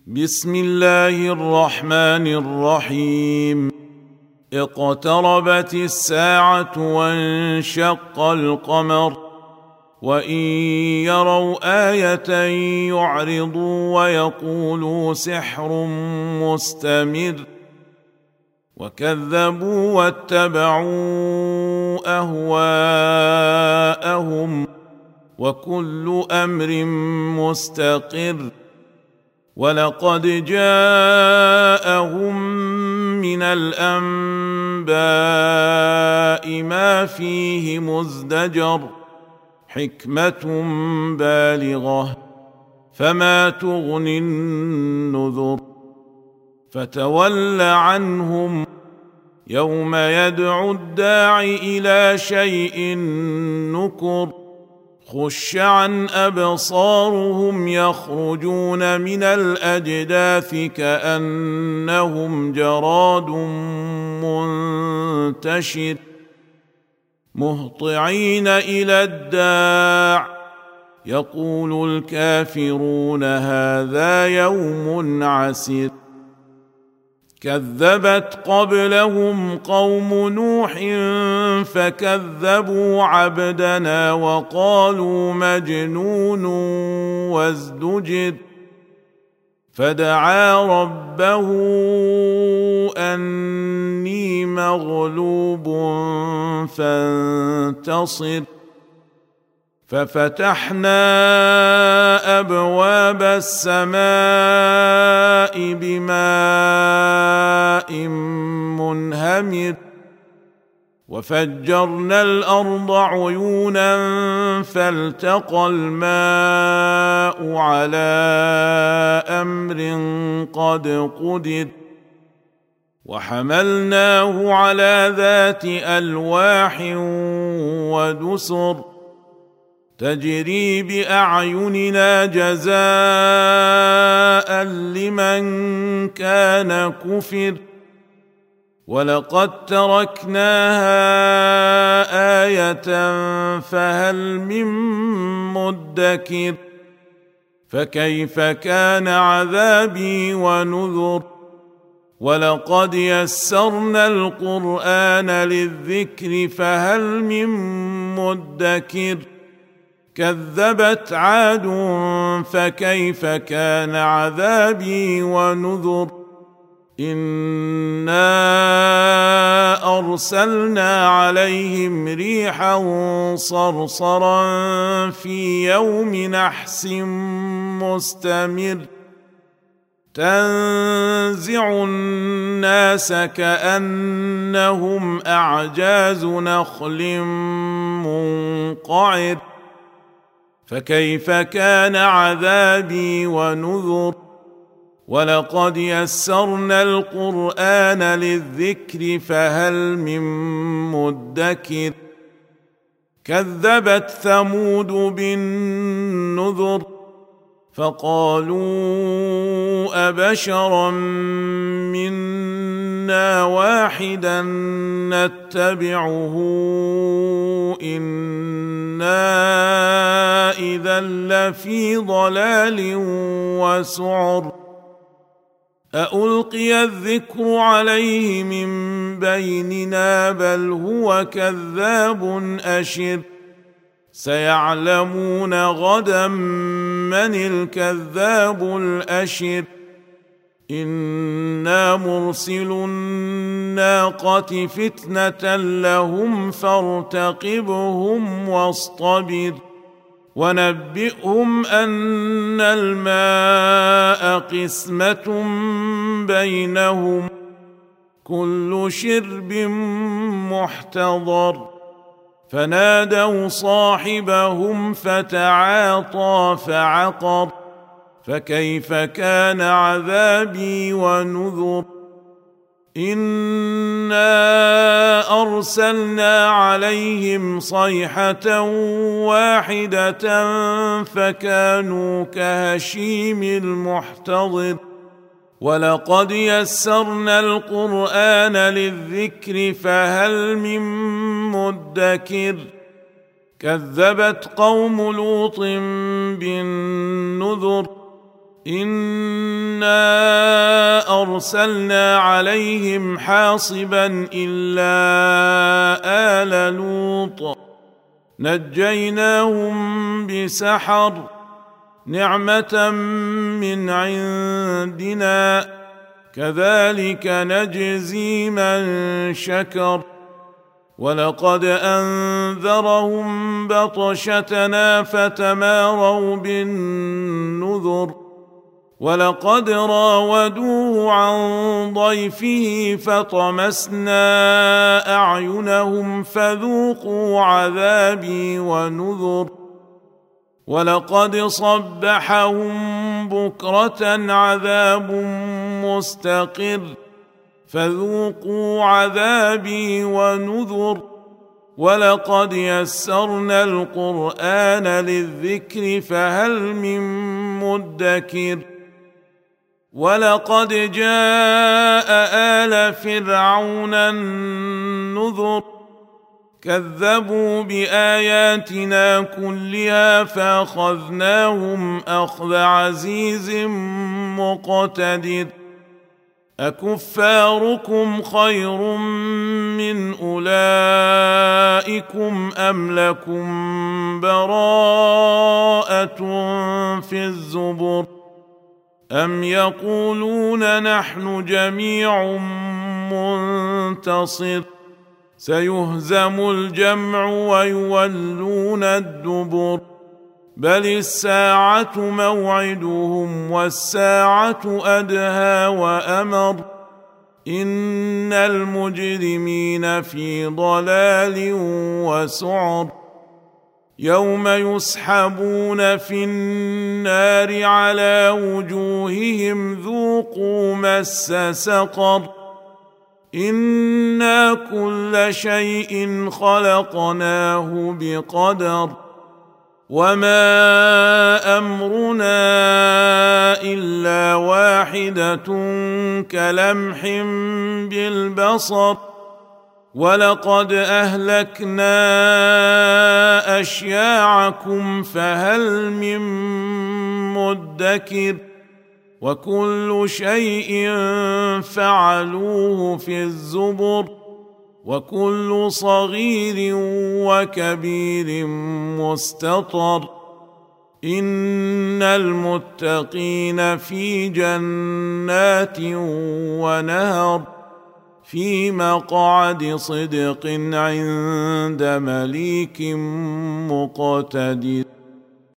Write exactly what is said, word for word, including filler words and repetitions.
بسم الله الرحمن الرحيم. اقتربت الساعة وانشق القمر وإن يروا آية يعرضوا ويقولوا سحر مستمر وكذبوا واتبعوا أهواءهم وكل أمر مستقر ولقد جاءهم من الأنباء ما فيه مزدجر حكمة بالغة فما تغني النذر فتول عنهم يوم يدعو الداع إلى شيء نكر خش عن أبصارهم يخرجون من الأجداث كأنهم جراد منتشر مهطعين إلى الداع يقول الكافرون هذا يوم عسر كذبت قبلهم قوم نوح فكذبوا عبدنا وقالوا مجنون وازدجر فدعا ربه أني مغلوب فانتصر ففتحنا أبواب السماء بماء منهمر وفجرنا الأرض عيونا فالتقى الماء على أمر قد قدر وحملناه على ذات ألواح ودسر تجري بأعيننا جزاء لمن كان كفر ولقد تركناها آية فهل من مدكر فكيف كان عذابي ونذر ولقد يسرنا القرآن للذكر فهل من مدكر كذبت عاد فكيف كان عذابي ونذر إنا أرسلنا عليهم ريحا صرصرا في يوم نحس مستمر تنزع الناس كأنهم أعجاز نخل منقعر فكيف كان عذابي ونذر ولقد يسرنا القرآن للذكر فهل من مدكر كذبت ثمود بالنذر فقالوا أبشرا منا واحدا نتبعه إنا إذا لفي ضلال وسعر أألقي الذكر عليه من بيننا بل هو كذاب أشر سيعلمون غدا من الكذاب الأشر إنا مرسل الناقة فتنة لهم فارتقبهم واصطبر ونبئهم أن الماء قسمة بينهم كل شرب محتضر فنادوا صاحبهم فتعاطى فعقر فكيف كان عذابي ونذر إنا أرسلنا عليهم صيحة واحدة فكانوا كهشيم المحتضر ولقد يسرنا القرآن للذكر فهل من مدكر كذبت قوم لوط بالنذر إنا أرسلنا عليهم حاصبا إلا آل لوط نجيناهم بسحر نعمة من عندنا كذلك نجزي من شكر ولقد أنذرهم بطشتنا فتماروا بالنذر ولقد راودوه عن ضيفه فطمسنا أعينهم فذوقوا عذابي ونذر ولقد صبحهم بكرة عذاب مستقر فذوقوا عذابي ونذر ولقد يسرنا القرآن للذكر فهل من مدكر ولقد جاء آل فرعون النذر كذبوا بآياتنا كلها فأخذناهم أخذ عزيز مقتدر أكفاركم خير من أولئكم أم لكم براءة في الزبر أم يقولون نحن جميع منتصر سيهزم الجمع ويولون الدبر بل الساعة موعدهم والساعة أدهى وأمر إن المجرمين في ضلال وسعر يوم يسحبون في النار على وجوههم ذوقوا مس سقر إنا كل شيء خلقناه بقدر وما أمرنا إلا واحدة كلمح بالبصر ولقد أهلكنا أشياعكم فهل من مدكر وكل شيء فعلوه في الزبر وكل صغير وكبير مستطر إن المتقين في جنات ونهر في مقعد صدق عند مليك مقتدر